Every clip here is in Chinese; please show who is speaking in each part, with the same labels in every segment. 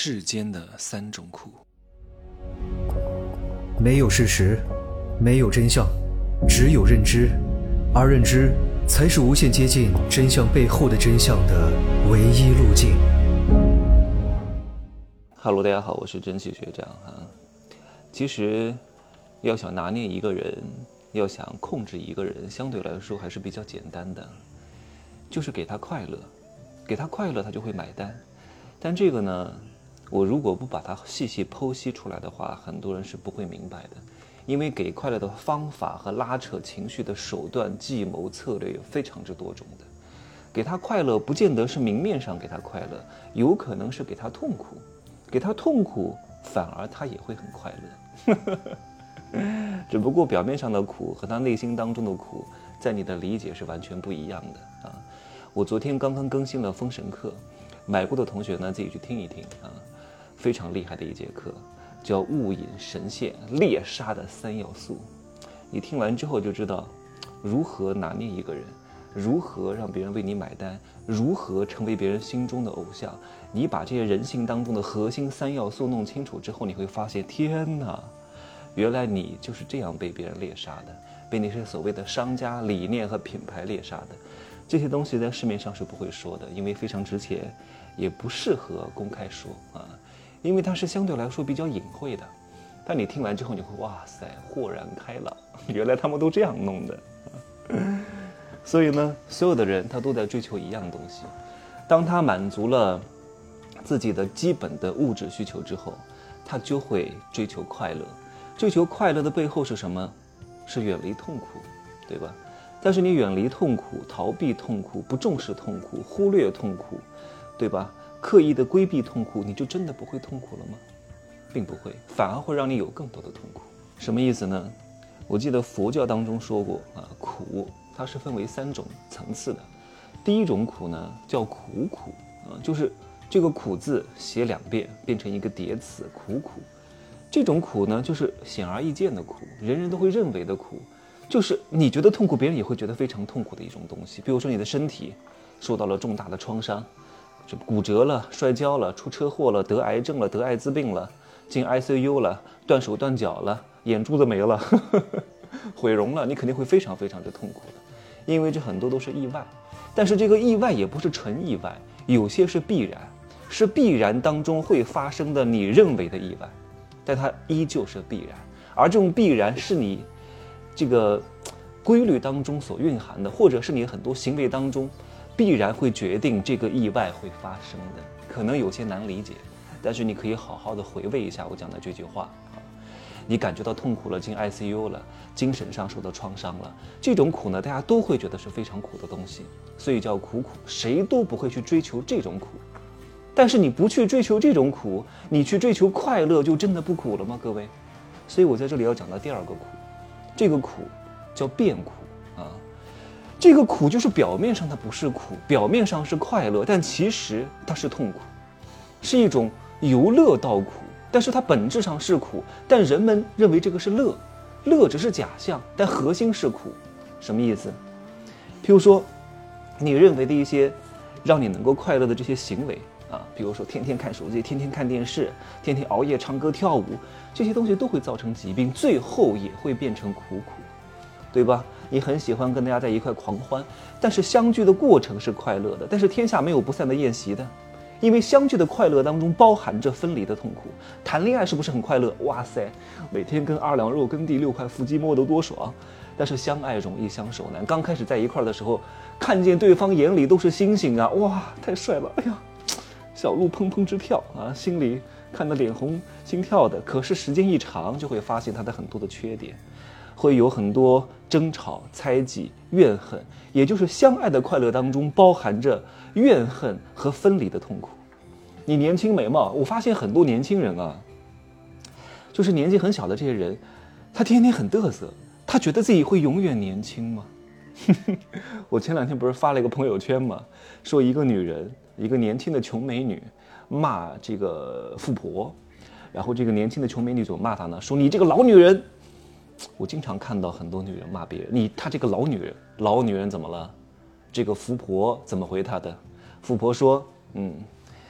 Speaker 1: 世间的三种苦。
Speaker 2: 没有事实，没有真相，只有认知，而认知才是无限接近真相背后的真相的唯一路径。
Speaker 3: Hello， 大家好，我是真气学长哈。其实，要想拿捏一个人，要想控制一个人，相对来说还是比较简单的，就是给他快乐，给他快乐，他就会买单。但这个呢，我如果不把它细细剖析出来的话，很多人是不会明白的。因为给快乐的方法和拉扯情绪的手段、计谋、策略有非常之多种的。给他快乐，不见得是明面上给他快乐，有可能是给他痛苦。给他痛苦，反而他也会很快乐。只不过表面上的苦和他内心当中的苦，在你的理解是完全不一样的啊。我昨天刚刚更新了《封神课》，买过的同学呢自己去听一听啊，非常厉害的一节课，叫物饮神仙猎杀的三要素。你听完之后就知道如何拿捏一个人，如何让别人为你买单，如何成为别人心中的偶像。你把这些人性当中的核心三要素弄清楚之后，你会发现，天哪，原来你就是这样被别人猎杀的，被那些所谓的商家理念和品牌猎杀的。这些东西在市面上是不会说的，因为非常值钱，也不适合公开说啊，因为它是相对来说比较隐晦的。但你听完之后，你会哇塞，豁然开朗，原来他们都这样弄的。所以呢，所有的人他都在追求一样东西，当他满足了自己的基本的物质需求之后，他就会追求快乐。追求快乐的背后是什么？是远离痛苦，对吧？但是你远离痛苦，逃避痛苦，不重视痛苦，忽略痛苦，对吧？刻意的规避痛苦，你就真的不会痛苦了吗？并不会，反而会让你有更多的痛苦。什么意思呢？我记得佛教当中说过啊，苦它是分为3种层次的。第一种苦呢叫苦苦啊，就是这个苦字写2遍变成一个叠词，苦苦。这种苦呢就是显而易见的苦，人人都会认为的苦，就是你觉得痛苦，别人也会觉得非常痛苦的一种东西。比如说你的身体受到了重大的创伤，骨折了，摔跤了，出车祸了，得癌症了，得艾滋病了，进 ICU 了，断手断脚了，眼珠子没了，毁容了，你肯定会非常非常之痛苦的，因为这很多都是意外。但是这个意外也不是纯意外，有些是必然，是必然当中会发生的你认为的意外，但它依旧是必然。而这种必然是你这个规律当中所蕴含的，或者是你很多行为当中必然会决定这个意外会发生的。可能有些难理解，但是你可以好好的回味一下我讲的这句话啊。你感觉到痛苦了，进 ICU 了，精神上受到创伤了，这种苦呢，大家都会觉得是非常苦的东西，所以叫苦苦，谁都不会去追求这种苦。但是你不去追求这种苦，你去追求快乐，就真的不苦了吗？各位，所以我在这里要讲到第2个苦，这个苦叫变苦啊。这个苦就是表面上它不是苦，表面上是快乐，但其实它是痛苦，是一种由乐到苦，但是它本质上是苦，但人们认为这个是乐，乐只是假象，但核心是苦。什么意思？譬如说你认为的一些让你能够快乐的这些行为啊，比如说天天看手机，天天看电视，天天熬夜唱歌跳舞，这些东西都会造成疾病，最后也会变成苦苦，对吧？你很喜欢跟大家在一块狂欢，但是相聚的过程是快乐的，但是天下没有不散的宴席的，因为相聚的快乐当中包含着分离的痛苦。谈恋爱是不是很快乐？哇塞，每天跟2两肉跟第6块腹肌摸得多爽。但是相爱容易相守难，刚开始在一块的时候，看见对方眼里都是星星啊，哇，太帅了，哎呀，小鹿砰砰直跳啊，心里看得脸红心跳的。可是时间一长，就会发现他的很多的缺点，会有很多争吵、猜忌、怨恨，也就是相爱的快乐当中包含着怨恨和分离的痛苦。你年轻美貌，我发现很多年轻人啊，就是年纪很小的这些人，他天天很嘚瑟，他觉得自己会永远年轻吗？我前2天不是发了一个朋友圈吗？说一个女人，一个年轻的穷美女骂这个富婆，然后这个年轻的穷美女怎么骂她呢？说你这个老女人。我经常看到很多女人骂别人，她这个老女人，老女人怎么了？这个富婆怎么回她的？富婆说，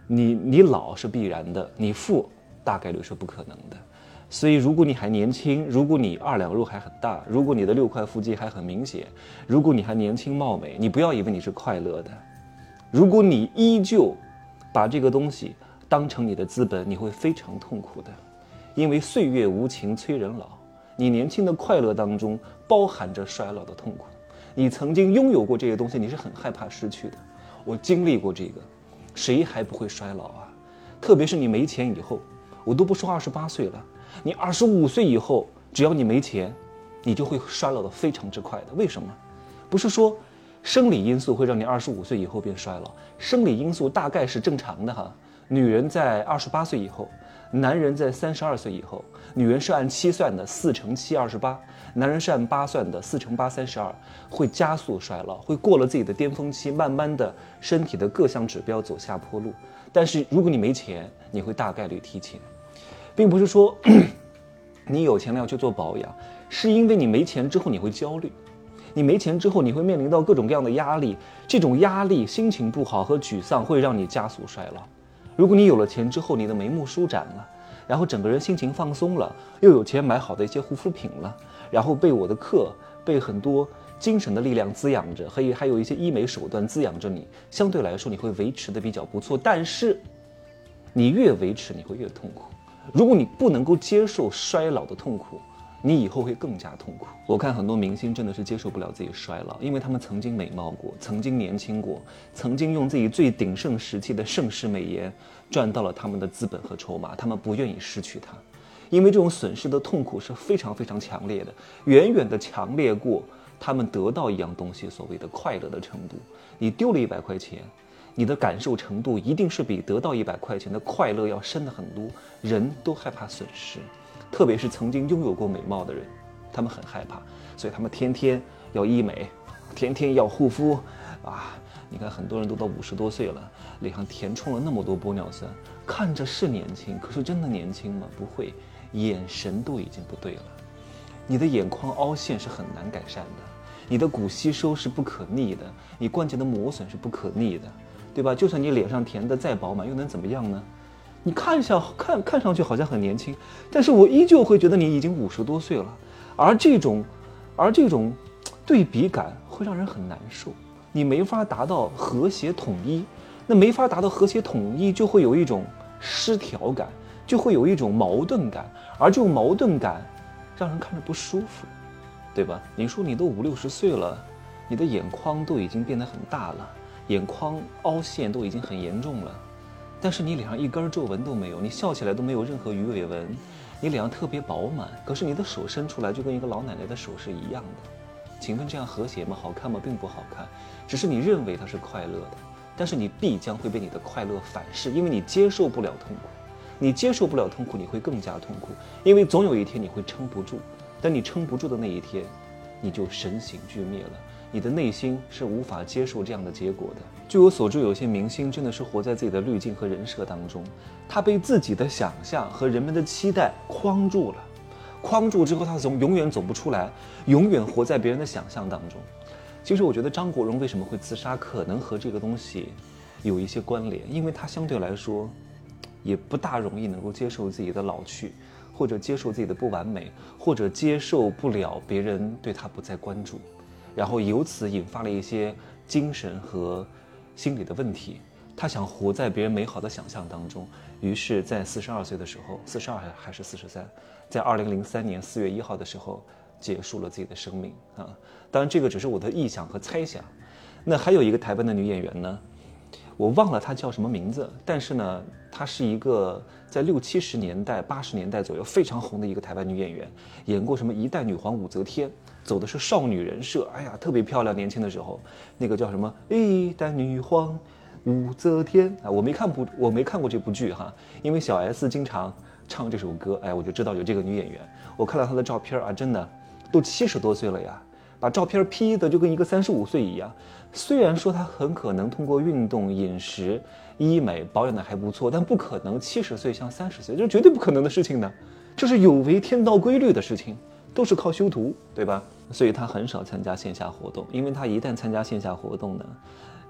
Speaker 3: 你老是必然的，你富大概率是不可能的。所以如果你还年轻，如果你2两肉还很大，如果你的6块腹肌还很明显，如果你还年轻貌美，你不要以为你是快乐的。如果你依旧把这个东西当成你的资本，你会非常痛苦的。因为岁月无情催人老，你年轻的快乐当中包含着衰老的痛苦。你曾经拥有过这些东西，你是很害怕失去的。我经历过这个，谁还不会衰老啊？特别是你没钱以后，我都不说28岁了，你25岁以后，只要你没钱，你就会衰老的非常之快的。为什么？不是说生理因素会让你25岁以后变衰老，生理因素大概是正常的哈。女人在28岁以后，男人在32岁以后，女人是按7算的，4乘7 28，男人是按8算的，4乘8 32，会加速衰老，会过了自己的巅峰期，慢慢的身体的各项指标走下坡路。但是如果你没钱，你会大概率提前，并不是说你有钱了要去做保养，是因为你没钱之后你会焦虑，你没钱之后你会面临到各种各样的压力，这种压力、心情不好和沮丧会让你加速衰老。如果你有了钱之后，你的眉目舒展了，然后整个人心情放松了，又有钱买好的一些护肤品了，然后被我的课，被很多精神的力量滋养着，还有一些医美手段滋养着你，相对来说你会维持的比较不错。但是你越维持你会越痛苦，如果你不能够接受衰老的痛苦，你以后会更加痛苦。我看很多明星真的是接受不了自己衰老，因为他们曾经美貌过，曾经年轻过，曾经用自己最鼎盛时期的盛世美颜赚到了他们的资本和筹码，他们不愿意失去它，因为这种损失的痛苦是非常非常强烈的，远远的强烈过他们得到一样东西所谓的快乐的程度。你丢了100块钱，你的感受程度一定是比得到100块钱的快乐要深的很多。人都害怕损失，特别是曾经拥有过美貌的人，他们很害怕，所以他们天天要医美，天天要护肤啊！你看很多人都到50多岁了，脸上填充了那么多玻尿酸，看着是年轻，可是真的年轻吗？不会，眼神都已经不对了。你的眼眶凹陷是很难改善的，你的骨吸收是不可逆的，你关节的磨损是不可逆的，对吧？就算你脸上填的再饱满，又能怎么样呢？你看上去好像很年轻，但是我依旧会觉得你已经50多岁了，而这种对比感会让人很难受，你没法达到和谐统一，那没法达到和谐统一，就会有一种失调感，就会有一种矛盾感，而这种矛盾感让人看着不舒服，对吧？你说你都50、60岁了，你的眼眶都已经变得很大了，眼眶凹陷都已经很严重了，但是你脸上一根皱纹都没有，你笑起来都没有任何鱼尾纹，你脸上特别饱满，可是你的手伸出来就跟一个老奶奶的手是一样的。请问这样和谐吗？好看吗？并不好看，只是你认为它是快乐的，但是你必将会被你的快乐反噬，因为你接受不了痛苦。你接受不了痛苦，你会更加痛苦，因为总有一天你会撑不住，但你撑不住的那一天，你就神醒俱灭了，你的内心是无法接受这样的结果的。据我所知，有些明星真的是活在自己的滤镜和人设当中，他被自己的想象和人们的期待框住了，框住之后他永远走不出来，永远活在别人的想象当中。其实我觉得张国荣为什么会自杀，可能和这个东西有一些关联，因为他相对来说也不大容易能够接受自己的老去，或者接受自己的不完美，或者接受不了别人对他不再关注，然后由此引发了一些精神和心理的问题。他想活在别人美好的想象当中，于是在42岁的时候，42还是43，在2003年4月1号的时候结束了自己的生命啊。当然这个只是我的臆想和猜想。那还有一个台湾的女演员呢，我忘了她叫什么名字，但是呢她是一个在60、70年代、80年代左右非常红的一个台湾女演员，演过什么一代女皇武则天，走的是少女人设，哎呀特别漂亮，年轻的时候那个叫什么一代女皇武则天啊，我没看过这部剧哈，因为小 S 经常唱这首歌，哎，我就知道有这个女演员。我看到她的照片啊，真的都70多岁了呀，把照片 P 的就跟一个35岁一样。虽然说她很可能通过运动、饮食、医美保养的还不错，但不可能70岁像30岁，这是绝对不可能的事情的，这是有违天道规律的事情，都是靠修图，对吧？所以她很少参加线下活动，因为她一旦参加线下活动呢，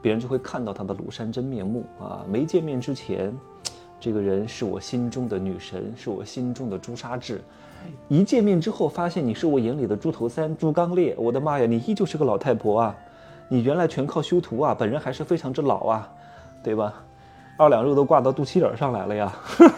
Speaker 3: 别人就会看到他的庐山真面目啊。没见面之前，这个人是我心中的女神，是我心中的朱砂痣。一见面之后，发现你是我眼里的猪头三、猪刚鬣。我的妈呀，你依旧是个老太婆啊！你原来全靠修图啊，本人还是非常之老啊，对吧？2两肉都挂到肚脐眼上来了呀。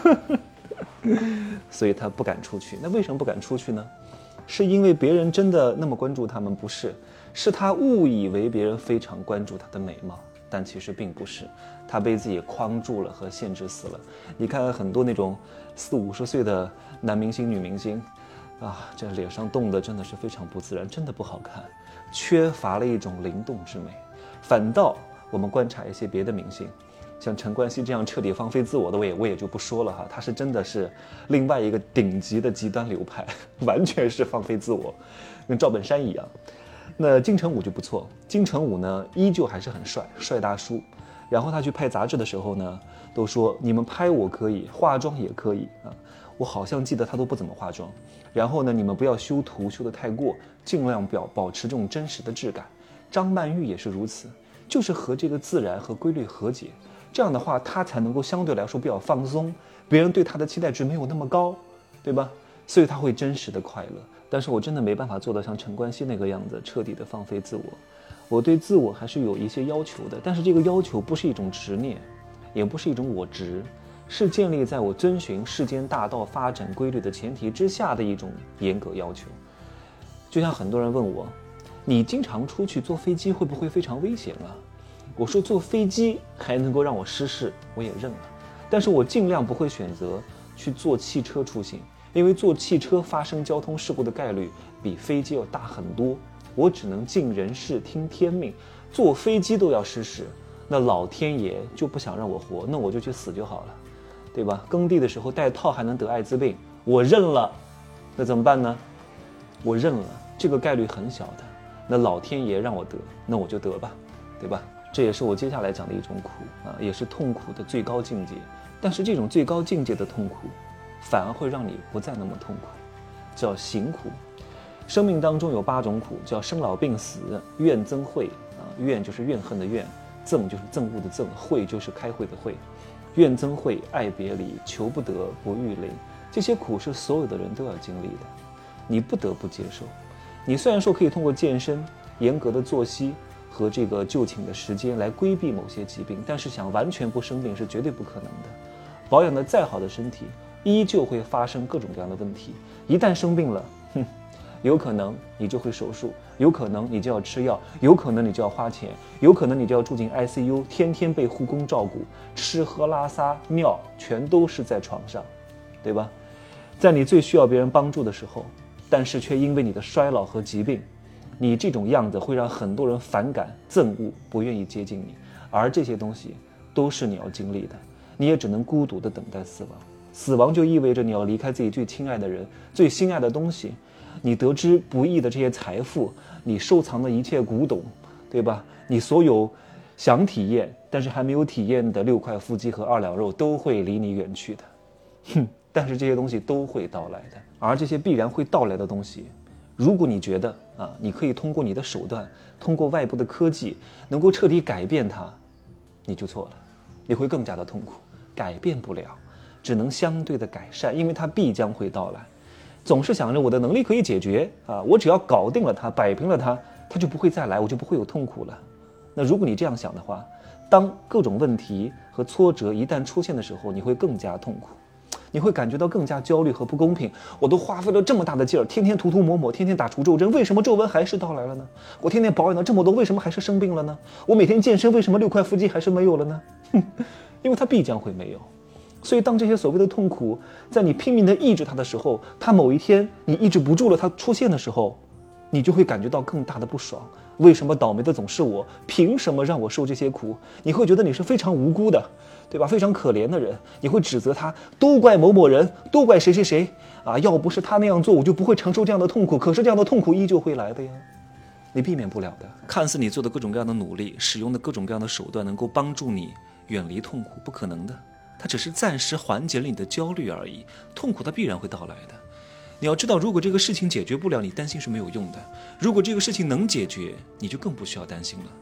Speaker 3: 所以他不敢出去。那为什么不敢出去呢？是因为别人真的那么关注他们？不是，是他误以为别人非常关注他的美貌，但其实并不是，他被自己框住了和限制死了。你看很多那种40、50岁的男明星、女明星啊，这脸上动的真的是非常不自然，真的不好看，缺乏了一种灵动之美。反倒我们观察一些别的明星，像陈冠希这样彻底放飞自我的，我也就不说了哈，他是真的是另外一个顶级的极端流派，完全是放飞自我，跟赵本山一样。那金城武就不错，金城武呢依旧还是很帅大叔。然后他去拍杂志的时候呢，都说你们拍我可以，化妆也可以啊。我好像记得他都不怎么化妆。然后呢，你们不要修图修得太过，尽量保持这种真实的质感。张曼玉也是如此，就是和这个自然和规律和解。这样的话，他才能够相对来说比较放松，别人对他的期待值没有那么高，对吧？所以他会真实的快乐。但是我真的没办法做到像陈冠希那个样子，彻底的放飞自我。我对自我还是有一些要求的，但是这个要求不是一种执念，也不是一种我执，是建立在我遵循世间大道发展规律的前提之下的一种严格要求。就像很多人问我，你经常出去坐飞机会不会非常危险啊？我说坐飞机还能够让我失事，我也认了，但是我尽量不会选择去坐汽车出行，因为坐汽车发生交通事故的概率比飞机要大很多。我只能尽人事听天命，坐飞机都要失事，那老天爷就不想让我活，那我就去死就好了，对吧？耕地的时候戴套还能得艾滋病，我认了，那怎么办呢？我认了，这个概率很小的，那老天爷让我得，那我就得吧，对吧？这也是我接下来讲的一种苦啊，也是痛苦的最高境界。但是这种最高境界的痛苦，反而会让你不再那么痛苦，叫行苦。生命当中有8种苦，叫生老病死、怨憎会啊，怨就是怨恨的怨，憎就是憎恶的憎，会就是开会的会。怨憎会、爱别离、求不得、不欲临，这些苦是所有的人都要经历的，你不得不接受。你虽然说可以通过健身、严格的作息和这个就寝的时间来规避某些疾病，但是想完全不生病是绝对不可能的。保养的再好的身体，依旧会发生各种各样的问题。一旦生病了，有可能你就会手术，有可能你就要吃药，有可能你就要花钱，有可能你就要住进 ICU， 天天被护工照顾，吃喝拉撒尿全都是在床上，对吧？在你最需要别人帮助的时候，但是却因为你的衰老和疾病，你这种样子会让很多人反感、憎恶，不愿意接近你，而这些东西都是你要经历的，你也只能孤独地等待死亡。死亡就意味着你要离开自己最亲爱的人、最心爱的东西，你得之不易的这些财富，你收藏的一切古董，对吧？你所有想体验但是还没有体验的6块腹肌和2两肉都会离你远去的。但是这些东西都会到来的，而这些必然会到来的东西，如果你觉得你可以通过你的手段，通过外部的科技能够彻底改变它，你就错了，你会更加的痛苦，改变不了，只能相对的改善，因为它必将会到来。总是想着我的能力可以解决我只要搞定了它，摆平了它，它就不会再来，我就不会有痛苦了。那如果你这样想的话，当各种问题和挫折一旦出现的时候，你会更加痛苦，你会感觉到更加焦虑和不公平。我都花费了这么大的劲儿，天天涂抹，天天打除皱针，为什么皱纹还是到来了呢？我天天保养了这么多，为什么还是生病了呢？我每天健身，为什么6块腹肌还是没有了呢？因为它必将会没有。所以当这些所谓的痛苦在你拼命的抑制它的时候，它某一天你抑制不住了，它出现的时候，你就会感觉到更大的不爽。为什么倒霉的总是我？凭什么让我受这些苦？你会觉得你是非常无辜的，对吧？非常可怜的人，你会指责他，都怪某某人，都怪谁谁谁要不是他那样做，我就不会承受这样的痛苦。可是这样的痛苦依旧会来的呀，你避免不了的。看似你做的各种各样的努力，使用的各种各样的手段能够帮助你远离痛苦，不可能的，它只是暂时缓解了你的焦虑而已，痛苦它必然会到来的。你要知道，如果这个事情解决不了，你担心是没有用的；如果这个事情能解决，你就更不需要担心了。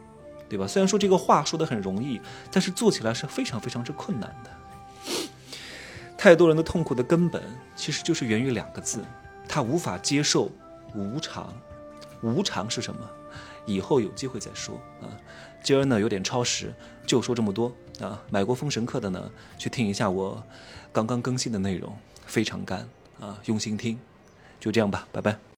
Speaker 3: 对吧？虽然说这个话说得很容易，但是做起来是非常非常之困难的。太多人的痛苦的根本其实就是源于2个字，他无法接受无常。无常是什么？以后有机会再说啊。今儿呢有点超时，就说这么多啊。买过封神课的呢，去听一下我刚刚更新的内容，非常干啊，用心听。就这样吧，拜拜。